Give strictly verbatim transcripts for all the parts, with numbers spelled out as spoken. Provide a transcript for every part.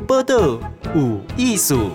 报道有艺术。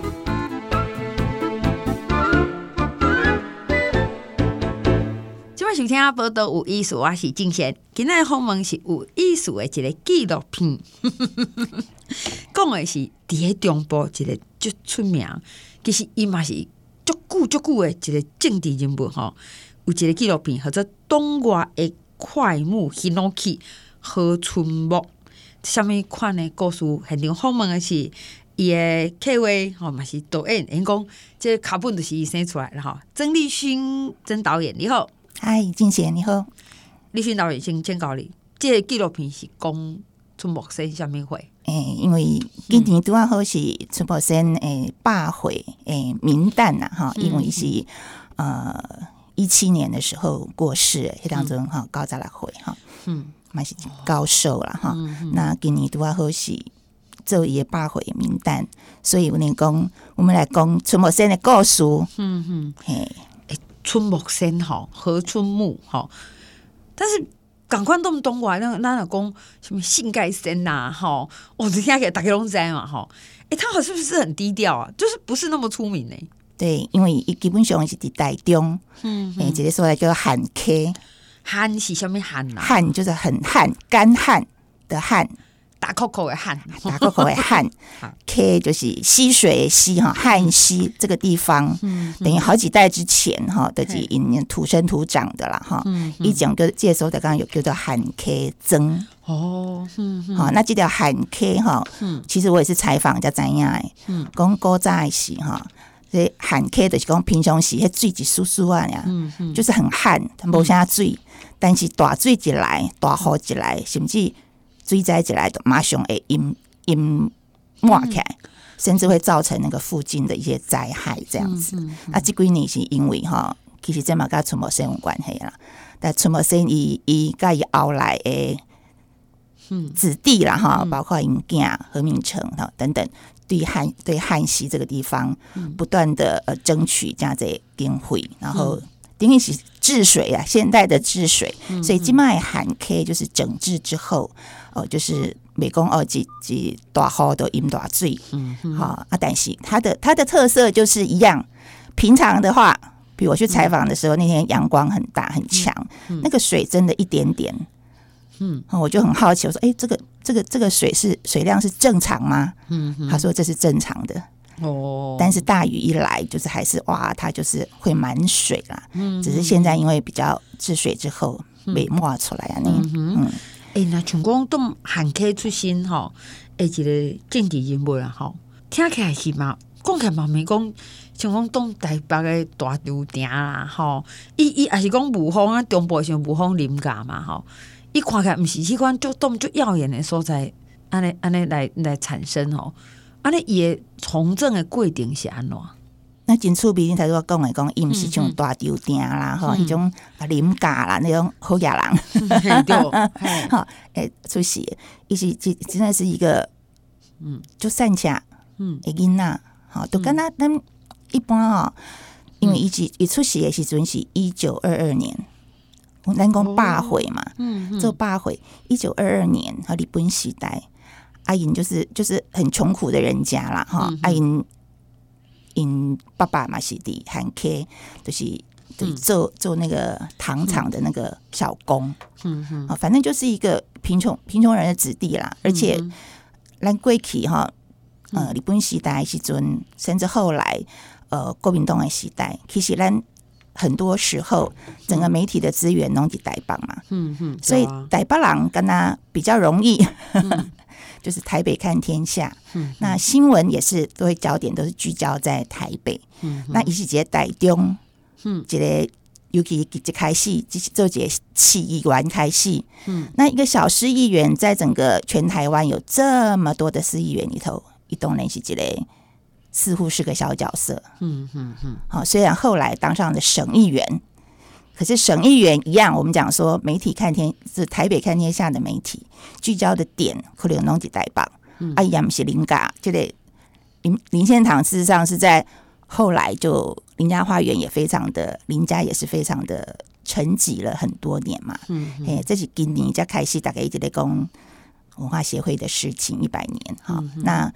今晚收听报道有艺术，我是静贤。今天的访问是有艺术的一个纪录片，讲的是伫喺中部一个足出名，其实伊嘛是足久足久的一个政治人物吼。有一个纪录片叫做《东外的快木 Hinoki 河春木》，什么款的故事？现场访问的是伊的客户吼，嘛是导演。因讲这卡本就是伊生出来了吼。曾立勋曾导演，你好。 嗨，静贤你好。 立勋导演先先告你，这个纪录片是讲春木生什么会？ 诶、欸，因为今年拄啊好是春木生诶百岁诶名诞呐哈，因为是呃一七年的时候过世，迄当中哈高十六岁哈，嗯，嘛是高寿啦哈。那今年拄啊好是做伊百岁名诞，所以我们讲，我们来讲春木生的故事。嗯嗯，嘿。 春木生吼，河春木吼，但是赶快动东外那那老公什么性盖生呐吼，我今天给大家拢知嘛吼，哎、欸，他好是不是很低调啊？就是不是那么出名呢、欸？ 对，因为伊基本上是伫台中，嗯，诶、欸，一个所在叫旱溪， 旱是什么旱啊？ 旱就是很旱，干旱的旱。 打扣扣的旱， 打扣扣的旱，K 就是溪水的溪哈，旱溪这个地方，嗯、等于好几代之前哈，都、就是因土生土长的啦哈。一讲就这时候的刚刚有叫做旱 K 曾哦，嗯，好，那这条旱 K 哈，其实我也是采访才知影的，嗯，讲古早的时哈，这旱 K 就是讲平常时迄水一丝丝啊呀，嗯嗯，就是很旱，无啥水，但是大水一来，大雨一来，甚至水灾起来，马上会淹淹没起来，甚至会造成那个附近的一些灾害这样子。嗯嗯嗯、啊，这几年是因为哈，其实这嘛跟春木生有关系啦。但春木生伊伊甲伊后来的子弟啦哈，嗯、包括因囝何明诚哈等等，对旱对旱溪这个地方不断的呃争取这样子经费，然后。等于是治水啊，现代的治水，嗯、所以今麦旱 K 就是整治之后，哦、呃，就是美工哦，几几大雨都淹大水，嗯，好啊，但是它的它的特色就是一样，平常的话，比如我去采访的时候，嗯、那天阳光很大很强，嗯、那个水真的一点点，嗯，我就很好奇，我说，哎、欸，这个这个这个水是水量是正常吗？嗯，他说这是正常的。哦，但是大雨一来，就是还是哇，它就是会满水啦。嗯，只是现在因为比较治水之后，被抹出来啊。那嗯， 哎、嗯，那像讲动旱 K 出身吼，哎，一个政治人物啊吼，听起来是嘛，讲起来嘛，没讲像讲动台北的大牛鼎啦吼，伊伊也是讲雾峰啊，中部像雾峰林家嘛吼，伊看起来唔是迄款就动就耀眼的所在，安尼安尼来来产生吼。啊，你伊从政的过程是安怎？ 那真趣味，你才说讲的讲，伊毋是像大牛鼎啦，吼、嗯，迄种林家啦，那种好野人，对，哈，诶，出席，伊是真的是一个，嗯，就善巧，嗯，的囡仔，好，都跟他咱一般哈，因为伊是伊出席的时阵是一九二二年，咱讲百岁嘛，嗯，做百岁，一九二二年和日本时代。阿因就是就是很穷苦的人家啦，哈、嗯！阿因因爸爸嘛是伫旱 K， 就是就是做、嗯、做那个糖厂的那个小工，嗯嗯，反正就是一个贫穷贫穷人的子弟啦。而且咱过去哈，呃，日本时代时阵，甚至后来呃国民党的时代，其实咱很多时候整个媒体的资源拢伫台北嘛，嗯嗯，所以台北人跟他比较容易。嗯就是台北看天下，嗯、那新闻也是都会焦点都是聚焦在台北。嗯、那伊是一个台中，嗯，一个尤其一开始做一个市议员开始，嗯，那一个小市议员在整个全台湾有这么多的市议员里头，伊当然是一个似乎是个小角色。嗯嗯嗯，好，虽然后来当上了省议员。可是省议员一样，我们讲说媒体看天是台北看天下的媒体，聚焦的点可能拢伫台北，嗯、啊，也不是林家，这个林林献堂事实上是在后来就林家花园也非常的林家也是非常的沉寂了很多年嘛，嗯嗯，这是今年才开始大家一直在讲文化协会的事情一百年哈、嗯，那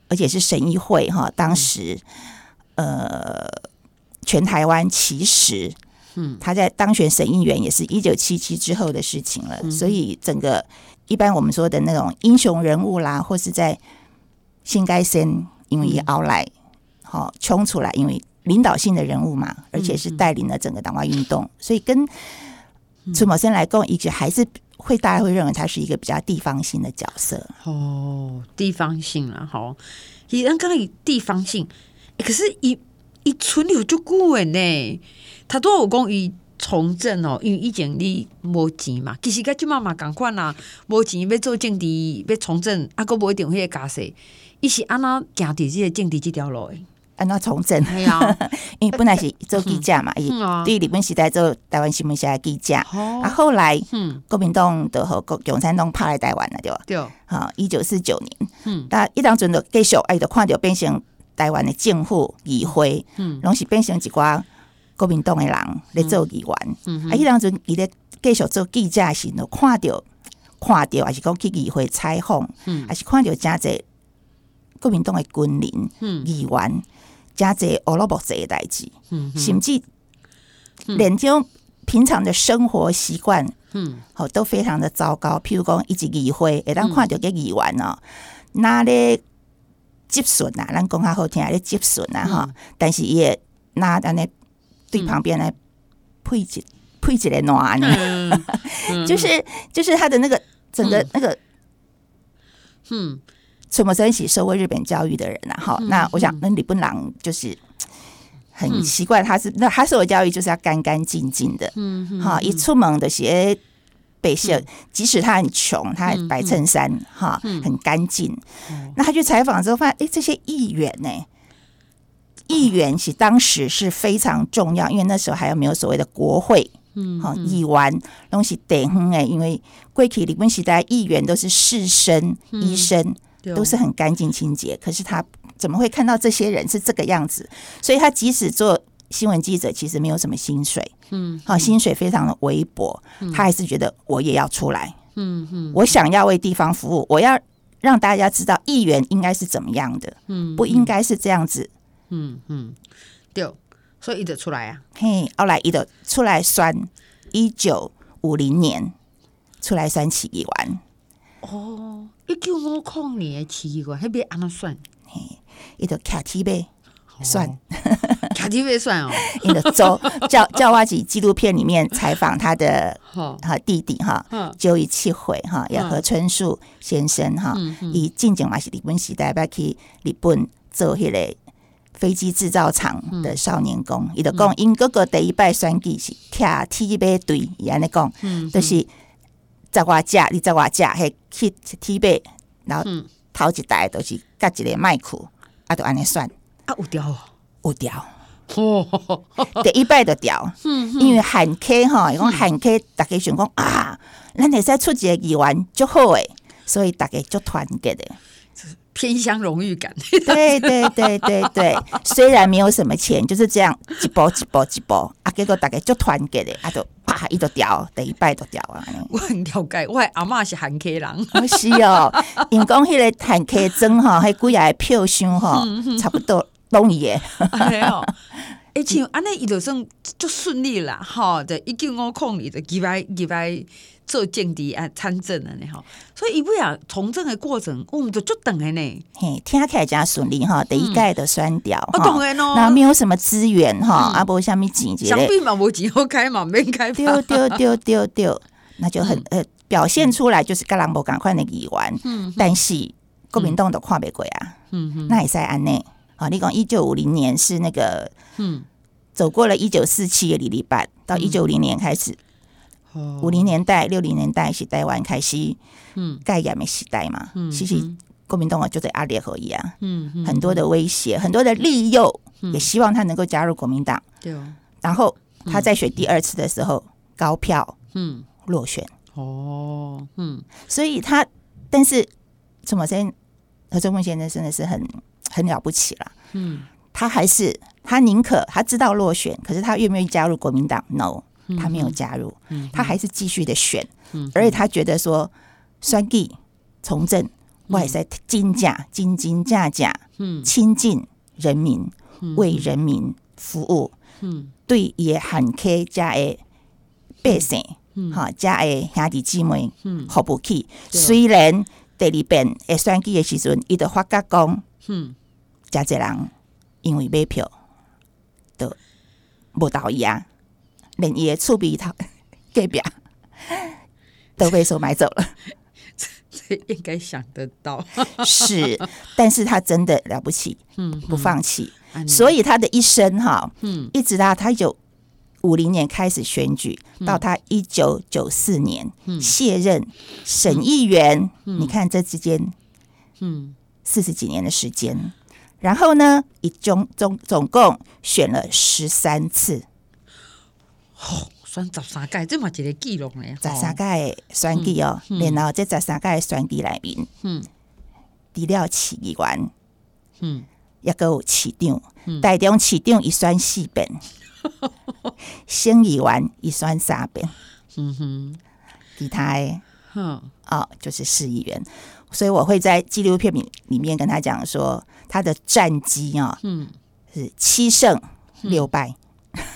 而且是省议会哈，当时呃全台湾其实。嗯，他在当选省议员也是一九七七之后的事情了，嗯、所以整个一般我们说的那种英雄人物啦，或是在新该先因为熬来好冲出来，因为领导性的人物嘛，而且是带领了整个党外运动，嗯、所以跟陈茂森来讲，一直还是会大家会认为他是一个比较地方性的角色。 哦，地方性啦，好，伊人刚刚地方性，欸、可是伊伊存留就久的呢。他都有讲伊从政哦，因为以前你无钱嘛，其实甲即马嘛共款啦，无钱要做政治要从政，啊，佫无一定迄个家世，伊是安怎行伫即个政治即条路的？ 安怎从政？ 系啊， 因为本来是做记者嘛，伊、嗯、对日本时代做台湾新闻社的记者，哦、啊，后来嗯，国民党就和共产党拍来台湾了，对吧？对，好，一九四九年，嗯，但一当阵就继续，哎，就看到变成台湾的政府议会，嗯，拢是变成一寡。国民党的人在做议员，嗯嗯、啊，迄当阵伊咧继续做记者时，就看到看到，还是讲去议会采访，嗯、还是看到真侪国民党的军人、嗯、议员，真侪乌萝卜贼的代志，嗯、甚至连这种平常的生活习惯，嗯，好都非常的糟糕。譬如讲，一级议会会当看到个议员哦，那咧接顺啊，咱讲较好听，咧接顺啊哈，嗯、但是伊会拿安尼。对旁边来配一配一个暖，嗯嗯、就是就是他的那个整个那个，嗯，陈茂森是受过日本教育的人啊，哈、嗯，那我想那日本人就是很奇怪，他是那他受的教育就是要干干净净的，嗯，哈，一出门的鞋背心，即使他很穷，他还白衬衫，哈、嗯，很干净。嗯、那他去采访之后发现，哎，这些议员呢、欸？议员是当时是非常重要，因为那时候还有没有所谓的国会，嗯，好，议员东西地方哎，因为过去日本时代议员都是士绅、嗯、医生，都是很干净清洁，可是他怎么会看到这些人是这个样子？所以他即使做新闻记者，其实没有什么薪水，嗯，好，薪水非常的微薄，嗯、他还是觉得我也要出来，嗯嗯，我想要为地方服务，我要让大家知道议员应该是怎么样的，嗯，不应该是这样子。 嗯嗯，对，所以伊就出来啊。 嘿，后来伊就出来选，一九五零年出来选市议员。 哦，一九五零年的市议员，迄要安怎选？ 嘿，伊就徛铁马选， 徛铁马选哦。 伊就走叫叫我去纪录片里面采访他的哈弟弟哈，九一七回哈，也和春树先生哈，伊进前嘛是日本时代要去日本做迄个。飞机制造厂的少年工，伊、嗯、就讲，因哥哥第一摆选举是徛铁马队，伊安尼讲，就是十外只，二十外只，迄去铁马，然后头一台都是夹一个麦克，啊，就安尼选， 啊，有调， 有调，第一摆就调，因为韩科吼，伊讲韩科，大家想讲啊，咱会使出一个议员就好诶，所以大家就团结的。 偏乡荣誉感， 对对对对对，虽然没有什么钱，就是这样一步一步一步啊，结果大家就团结的，啊，就啪一就掉，第一摆就掉啊。 我很了解，我阿嬷是韩 K 人， 是哦，因讲迄个韩 K 庄吼，迄几下票箱吼，差不多拢伊的。 而且安尼伊就算就顺利啦，吼，就一九五零年就入来入来做政治啊参政了呢，吼，所以伊尾啊从政的过程，我们就足长的呢。 嘿，听起来真顺利哈，第一届的选调， 我当然咯， 那没有什么资源哈，啊无啥物钱， 想必嘛无钱好开嘛，免开。 对对对对对，那就很呃表现出来就是跟人无共款的议员，嗯，但是国民党都看不过啊，嗯，那也是安内。好，你讲一九五零年是那个，嗯，走过了一九四七的里里版，到一九五零年开始，五零、嗯、年代、六零年代是台湾开始，嗯，戒严的时代嘛，嗯，其实国民党就在压力而已啊，嗯，嗯很多的威胁，很多的利诱，嗯、也希望他能够加入国民党，对、嗯，然后他在选第二次的时候，嗯、高票，嗯，落选，哦，嗯，所以他，但是陈茂森和周梦先生真的是很。很了不起啦，嗯，他还是他宁可他知道落选，可是他愿不愿意加入国民党 ？No，、嗯、他没有加入，嗯、他还是继续的选，嗯、而且他觉得说选举从政我会使真正真真正正亲近人民，为人民服务，对伊的汉客遮的百姓，哈，遮的兄弟姊妹服务起。虽然第二遍会选举的时阵，伊就发觉讲，遮济人因为买票，都无投伊啊，连伊的厝边头隔壁都被收买走了。 这应该想得到， 是，但是他真的了不起，嗯，不放弃，嗯、所以他的一生哈，嗯，一直到他一九五零年开始选举，嗯、到他一九九四年、嗯、卸任省议员，嗯、你看这之间，嗯，四十几年的时间，然后呢，一总总总共选了十三次， 哦。选十三届，这嘛一个记录咧。 十三届选举哦，嗯嗯、然后这十三届选举内面，嗯，除了市议员，嗯，也个有市长，嗯、台中市长伊选四遍，省议员伊选三遍，嗯哼，其他的，嗯，哦，就是市议员。所以我会在纪录片里面跟他讲说，他的战绩啊、哦，嗯，是七胜六败。嗯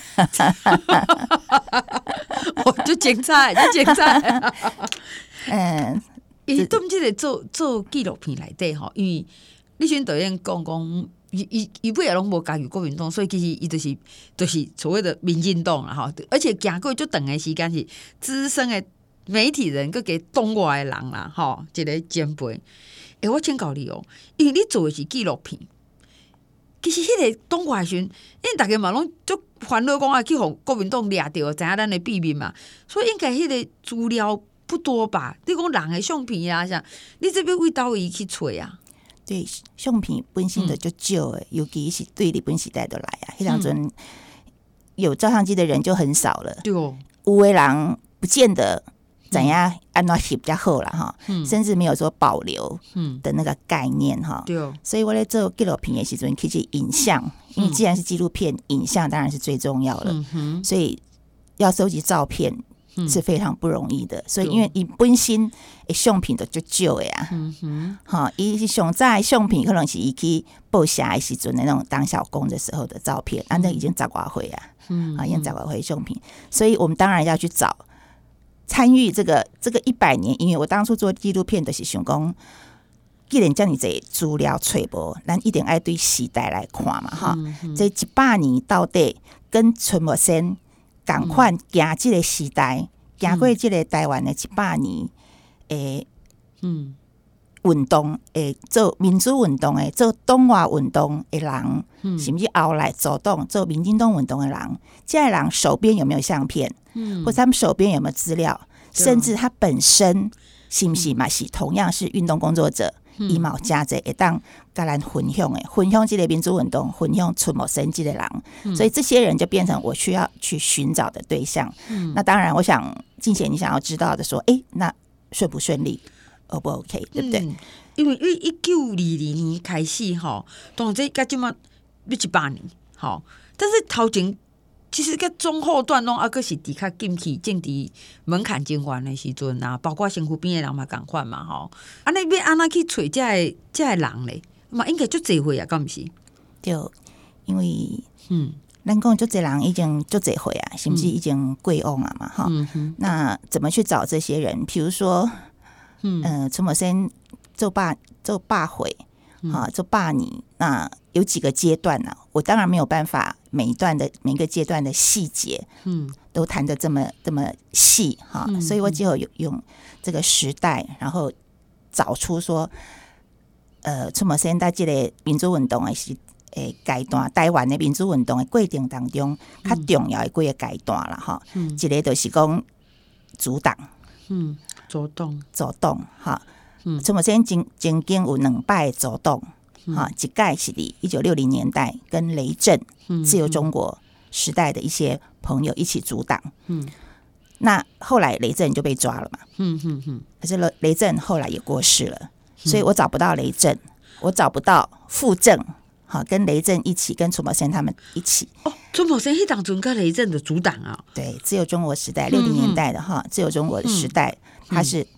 我就精彩，就精彩。嗯，伊踮即个做做纪录片内底吼，因为立勋导演讲讲，伊伊伊尾也拢无加入国民党，所以其实伊就是就是所谓的民进党啦吼。而且行过足长的时间是资深的媒体人，佮给东外的人啦吼，一个前辈。诶，我请教你哦，因为你做的是纪录片。其实迄个党外时，因为大家嘛拢足烦恼讲啊，去互国民党掠着，知影咱的秘密嘛，所以应该迄个资料不多吧？你讲人的相片啊，啥，你这边为倒位去找啊？ 对，相片本身就足少诶，尤其是对日本时代就来啊，迄当阵有照相机的人就很少了。对哦，有的人不见得怎样安怎翕比较好啦哈，嗯、甚至没有说保留的那个概念哈。对、嗯、所以我在做纪录片的时候，其实影像，因为既然是纪录片，影像当然是最重要了。嗯、所以要收集照片是非常不容易的。嗯、所以因为伊本身的相片就足少的呀，哈，伊是上早的相片可能是伊去报社的时阵的那种当小工的时候的照片，啊，那已经十外岁啊，啊，已经十外岁相片，所以我们当然要去找。参与这个这个一百年，因为我当初做纪录片就是想讲，既然这么多资料找无，咱一定要对时代来看嘛哈。嗯嗯、这一百年到底跟陈木生同款行这个时代，行、嗯、过这个台湾的一百年诶，嗯，运动诶，做民主运动诶，做党外运动的人，嗯、甚至后来走动做民进党运动的人，这些人手边有没有相片？嗯、或者他们手边有没有资料？甚至他本身是不是嘛是同样是运动工作者，伊嘛有真侪会当甲咱分享诶，分享这个民主运动，分享出某生机的人，嗯、所以这些人就变成我需要去寻找的对象。嗯、那当然，我想静贤你想要知道的说，哎、欸，那顺不顺利 ，O 不 OK， 对不对？嗯、 因为因为一九二零年开始哈，当这甲即嘛要一百年，好，但是头前。其实个中后段拢啊，阁是伫较进去政治门槛真悬的时阵啊，包括身躯边的人嘛共款嘛吼。安尼要安怎去找这个这个人咧？嘛应该足侪岁啊，敢毋是？ 对，因为嗯，咱讲足侪人已经足侪岁啊，甚至已经过往啊嘛哈。嗯、那怎么去找这些人？比如说，嗯，呃，陈某生做罢做罢会。啊，做罢年，那有几个阶段呢、啊？我当然没有办法每一段的每一个阶段的细节，嗯，都谈得这么这么细哈、嗯，所以我只有用这个时代，然后找出说，呃，出某现在这个民主运动的是诶阶段，台湾的民主运动的过程当中，较重要的几个阶段啦哈，嗯、一个就是讲主党， 嗯，主动， 主动哈。陈某先曾曾经有两摆走动，哈、嗯，一届是伫一九六零年代跟雷震、嗯、自由中国时代的一些朋友一起组党，嗯，那后来雷震就被抓了嘛，嗯嗯嗯，可是雷震后来也过世了，嗯、所以我找不到雷震，我找不到傅政，好，跟雷震一起，跟陈某先他们一起。 哦，陈某先迄当阵跟雷震的组党啊， 对，自由中国时代六零年代的哈，自由中国的时代，嗯、他是。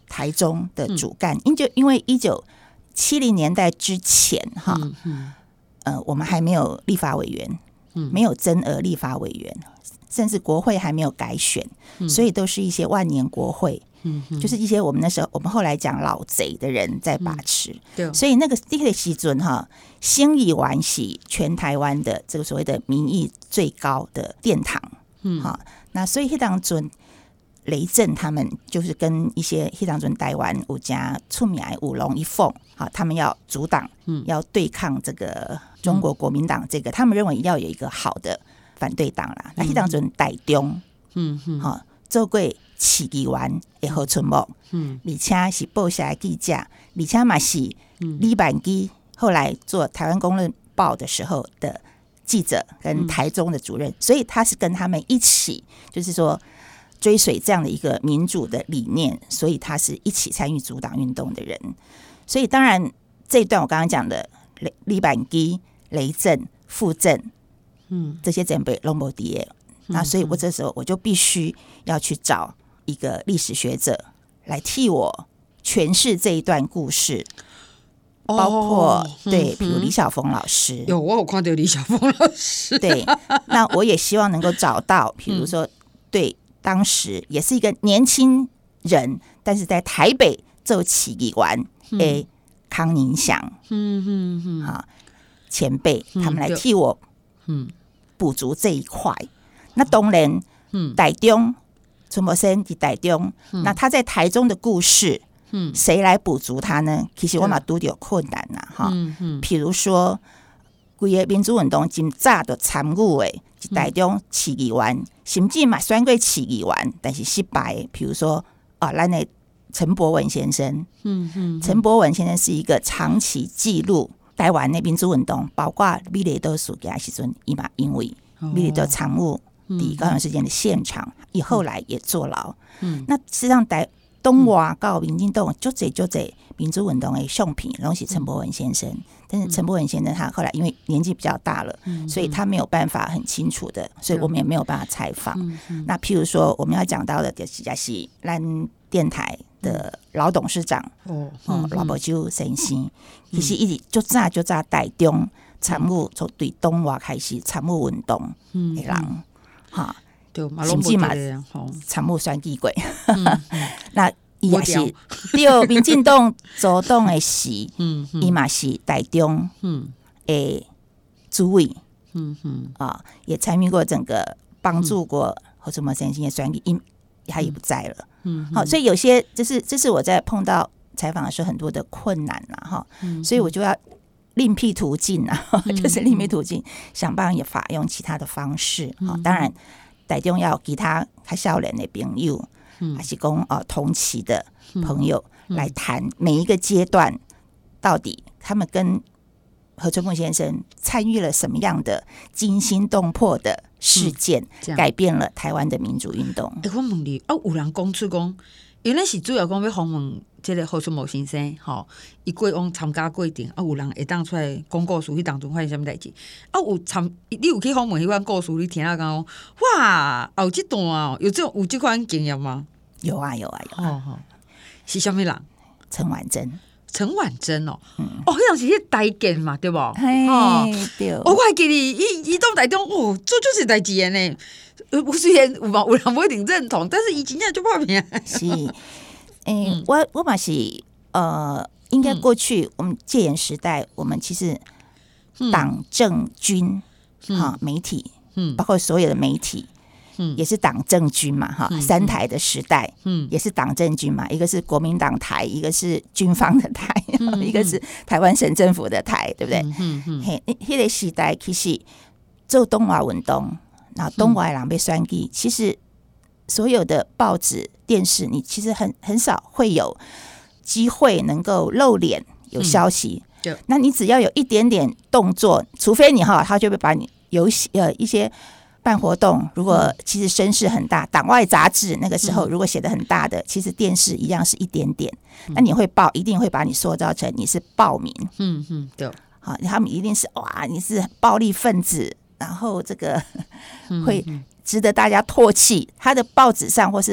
台中的主干，因、嗯、就因为一九七零年代之前哈、嗯嗯呃，我们还没有立法委员，嗯、没有增额立法委员，甚至国会还没有改选，嗯、所以都是一些万年国会。嗯、就是一些我们那时候我们后来讲老贼的人在把持，嗯、所以那个那个时阵哈，新义湾是全台湾的这个所谓的民意最高的殿堂，嗯，好，那所以那当阵雷震他们就是跟一些那当阵台湾有家出名的五龙一凤，好，他们要阻挡，嗯，要对抗这个中国国民党，这个、嗯、他们认为要有一个好的反对党啦，那那当阵台中，嗯嗯，好，做过市议员的何春木，嗯，而且是报社的记者，而且嘛是李万基后来做台湾公论报的时候的记者跟台中的主任，嗯、所以他是跟他们一起，就是说追随这样的一个民主的理念，所以他是一起参与阻挡运动的人。所以当然这一段我刚刚讲的李万基、雷震、傅震，嗯，这些前辈拢无伫的，那所以我这时候我就必须要去找一个历史学者来替我诠释这一段故事，哦、包括对，比如李晓峰老师， 有我有看到李晓峰老师， 对，那我也希望能够找到，比如说对当时也是一个年轻人，但是在台北做市议员的康宁祥，嗯嗯嗯，好前辈，他们来替我嗯补足这一块。那当然，嗯，台中。陈柏森在台中，嗯、那他在台中的故事，嗯，谁来补足他呢？其实我嘛都有困难呐，哈，嗯嗯，譬如说，规个民主运动真早就参与的，在台中市议员，甚至嘛选过市议员，但是失败的。譬如说，啊，咱的陈柏文先生，嗯嗯，陈柏文先生是一个长期记录台湾的民主运动，包括美丽岛事件的时阵，伊嘛因为美丽岛参与。第高雄事件的现场，以后来也坐牢。嗯，那实际上台东华到民进党就这就这民主运动的相片，拢是陈柏文先生。但是陈柏文先生他后来因为年纪比较大了，嗯、所以他没有办法很清楚的，所以我们也没有办法采访。嗯嗯、那譬如说我们要讲到的就是就是咱电台的老董事长哦，哦罗伯周先生，其实一直就早就早台中参与从对东华开始参与运动的人。嗯哈，甚至嘛，参与选举过，那伊也是对民进党主动的时，伊嘛是台中的主委，嗯嗯啊，也参与过整个帮助过何春木先生的选举，因他也不在了，嗯，好，所以有些这是这是我在碰到采访的时候很多的困难啦，哈，所以我就要另辟途径啊，就是另辟途径，想办法用其他的方式。嗯、当然，台中要其他较少年的朋友，嗯、还是讲呃同期的朋友、嗯、来谈每一个阶段，到底他们跟何春木先生参与了什么样的惊心动魄的事件，嗯、改变了台湾的民主运动。 欸、我问你，啊，有人讲出讲，原来是主要讲要访问。这个何春木先生，吼，伊过往参加过程，啊，有人会当出来讲故事，迄当中发生什么代志？啊，有参，你有去访问迄款故事，你听啊讲，哇，有这段哦，有这有这款经验吗？ 有啊，有啊，有啊。哦哦、 是什么人？ 陈婉珍。 陈婉珍哦，嗯、哦，迄当时迄台建嘛，对不？ 嘿，哦、对。 我还记得，伊伊到台中，哦，做就是代志的呢。呃，虽然有有人不一定认同，但是伊真正就拍片。 是。欸嗯、我我嘛是呃，应该过去我们戒严时代，我们其实党政军哈、嗯、媒体，嗯，包括所有的媒体，嗯，也是党政军嘛哈，嗯、三台的时代，嗯，也是党政军嘛，一个是国民党台，一个是军方的台，嗯、一个是台湾省政府的台，对不对？嗯嗯，嘿，那个时代其实做东华运动，然后东华人被选举，嗯、其实。所有的报纸、电视，你其实很很少会有机会能够露脸有消息。嗯、那你只要有一点点动作，除非你哈，他就会把你有呃一些办活动。如果其实声势很大，党外杂志那个时候如果写的很大的，其实电视一样是一点点。那你会报，一定会把你塑造成你是暴民。嗯嗯，对。好，他们一定是哇，你是暴力分子，然后这个会。值得大家唾弃，他的报纸上或是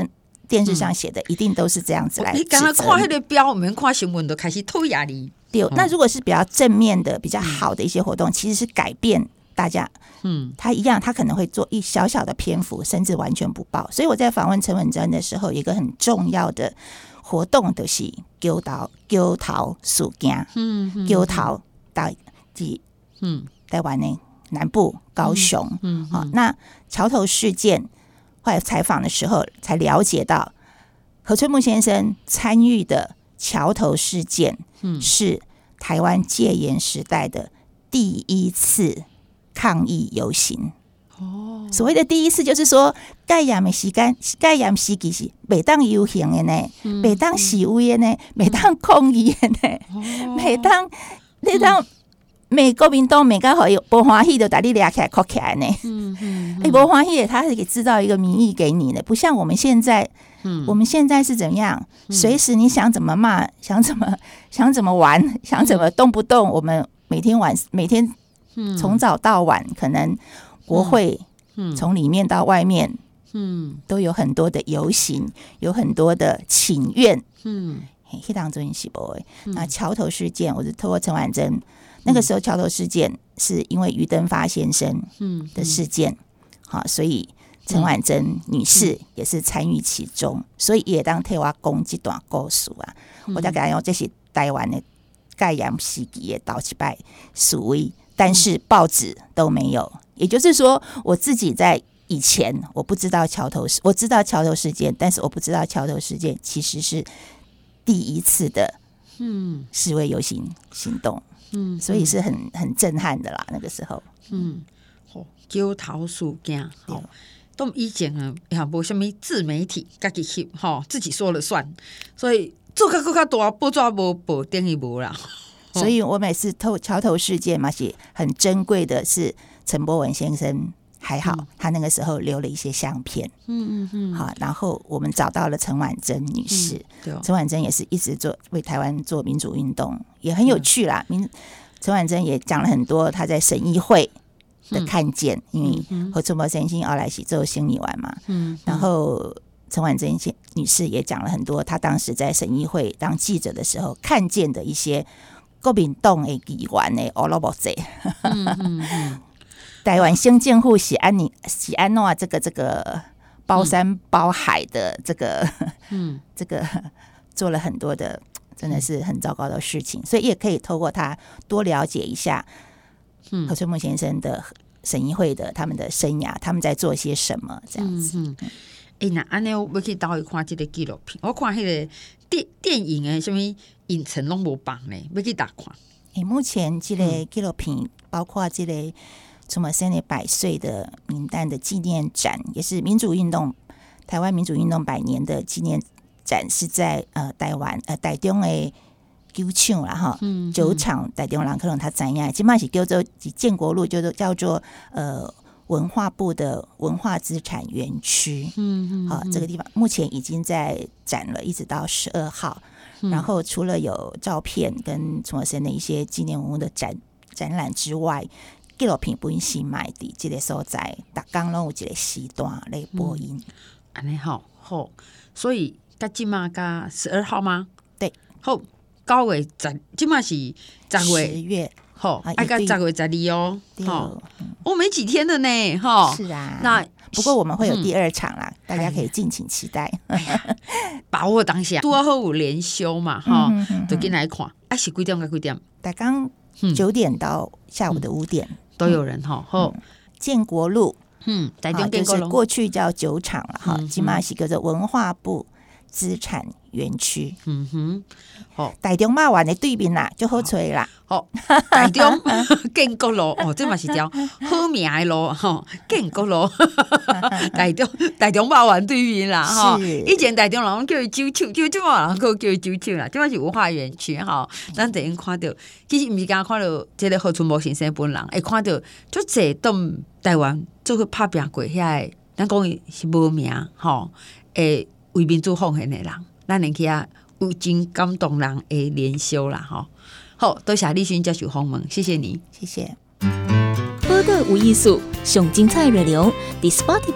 电视上写的一定都是这样子来指责。 你刚刚看那个标，我们看新闻都开始偷压力。 对，嗯、那如果是比较正面的、比较好的一些活动，嗯、其实是改变大家。嗯，他一样，他可能会做一小小的篇幅，甚至完全不报。所以我在访问陈文珍的时候，有一个很重要的活动就是揪桃揪桃事件。嗯，揪桃到即嗯台湾的南部高雄。嗯，好、嗯哦，那桥头事件。后来采访的时候才了解到，何春木先生参与的桥头事件是台湾戒严时代的第一次抗议游行。哦，所谓的第一次就是说，戒严的时间，戒严时期是袂当游行的呢，袂当示威的呢，袂当抗议的呢，袂当你当。美国民党每个好有不欢喜的，把你抓起来铐起来呢。嗯嗯，哎，不欢喜，他是给制造一个民意给你的，不像我们现在，嗯，我们现在是怎样？随时你想怎么骂，想怎么想怎么玩，想怎么动不动，我们每天晚每天从早到晚，可能国会从里面到外面，嗯，都有很多的游行，有很多的请愿，嗯，黑当做是不会。那桥头事件，我是透过陈婉珍。那个时候桥头事件是因为余登发先生的事件，好、嗯，所以陈婉珍女士也是参与其中，所以也当替我讲这段故事啊。嗯、我才跟他讲这是台湾的戒严时期的头一摆示威，但是报纸都没有。也就是说，我自己在以前我不知道桥头，我知道桥头事件，但是我不知道桥头事件其实是第一次的示威游行行动。嗯，所以是很很震撼的啦，那个时候。嗯， 哦，揪桃事件，哦，都以前啊，也无什么自媒体，自己翕，吼，自己说了算，所以做较更较大，报纸无报，等于无啦。 所以我每次透桥头事件嘛，是很珍贵的，是陈博文先生。还好，嗯、他那个时候留了一些相片，嗯嗯嗯，好，然后我们找到了陈婉珍女士，陈、嗯、婉珍也是一直做为台湾做民主运动，也很有趣啦。民陈婉珍也讲了很多她在审议会的看见，嗯、因为何春木先生后来是做审议员嘛，嗯，然后陈婉珍女士也讲了很多她当时在审议会当记者的时候看见的一些国民党的议员的乌鲁木齐。嗯嗯嗯台湾新建户喜安尼喜安诺这个这个包山包海的这个嗯这个做了很多的真的是很糟糕的事情，所以也可以透过他多了解一下何春木先生的审议会的他们的生涯，他们在做些什么这样子。嗯嗯哎，那安尼我要去倒去看这个纪录片，我看那个电电影的什么影城拢无放呢，要去打看。 哎，目前这个纪录片、嗯、包括这个。陈默生的百岁的名单的纪念展，也是民主运动台湾民主运动百年的纪念展，是在呃台湾呃台中的酒厂啦哈，嗯嗯、酒厂台中人可能他知影，今麦是叫做建国路，叫做叫做呃文化部的文化资产园区，嗯嗯，好、嗯，这个地方目前已经在展了，一直到十二号。嗯、然后除了有照片跟陈默生的一些纪念文物的展展览之外。纪录片本身卖伫这个所在，逐天拢有一个时段来播音。 安尼好好，所以甲即马甲十二号吗？ 对， 好，九月十，即马是十月， 十月， 好，爱甲十月十二哦，好，我没几天了呢，哈， 是啊，那不过我们会有第二场啦，嗯、大家可以敬请期待， 把握当下，拄好有连休嘛，哈、嗯嗯，就进来看，啊是几点甲几点？ 大刚九点到下午的五点。嗯都有人哈，后、嗯、 建国路， 嗯，台中建国路、就是、过去叫酒厂了哈，今嘛是叫做文化部资产园区。嗯哼，好，台中马湾的对面啦，就好吹啦。 好，台中建国路哦，这嘛是条好名的路哈，建国路，台中台中马湾对面啦哈。以前台中人叫伊酒厂，就这嘛人叫伊酒厂啦，这嘛是文化园区哈。咱第一看到，其实唔是刚看到这个何春木先生本人，会看到足济踮台湾做去拍拼过遐个，咱讲伊是无名吼，诶。为民主奉献的人，咱能去啊有真感动人的连休啦吼。好，多谢立勋接受访问，谢谢你， 谢谢。 报道有艺术，上精彩内容，伫 Spotify、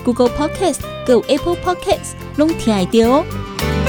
Google Podcast 还有 Apple Podcast 拢听得到哦。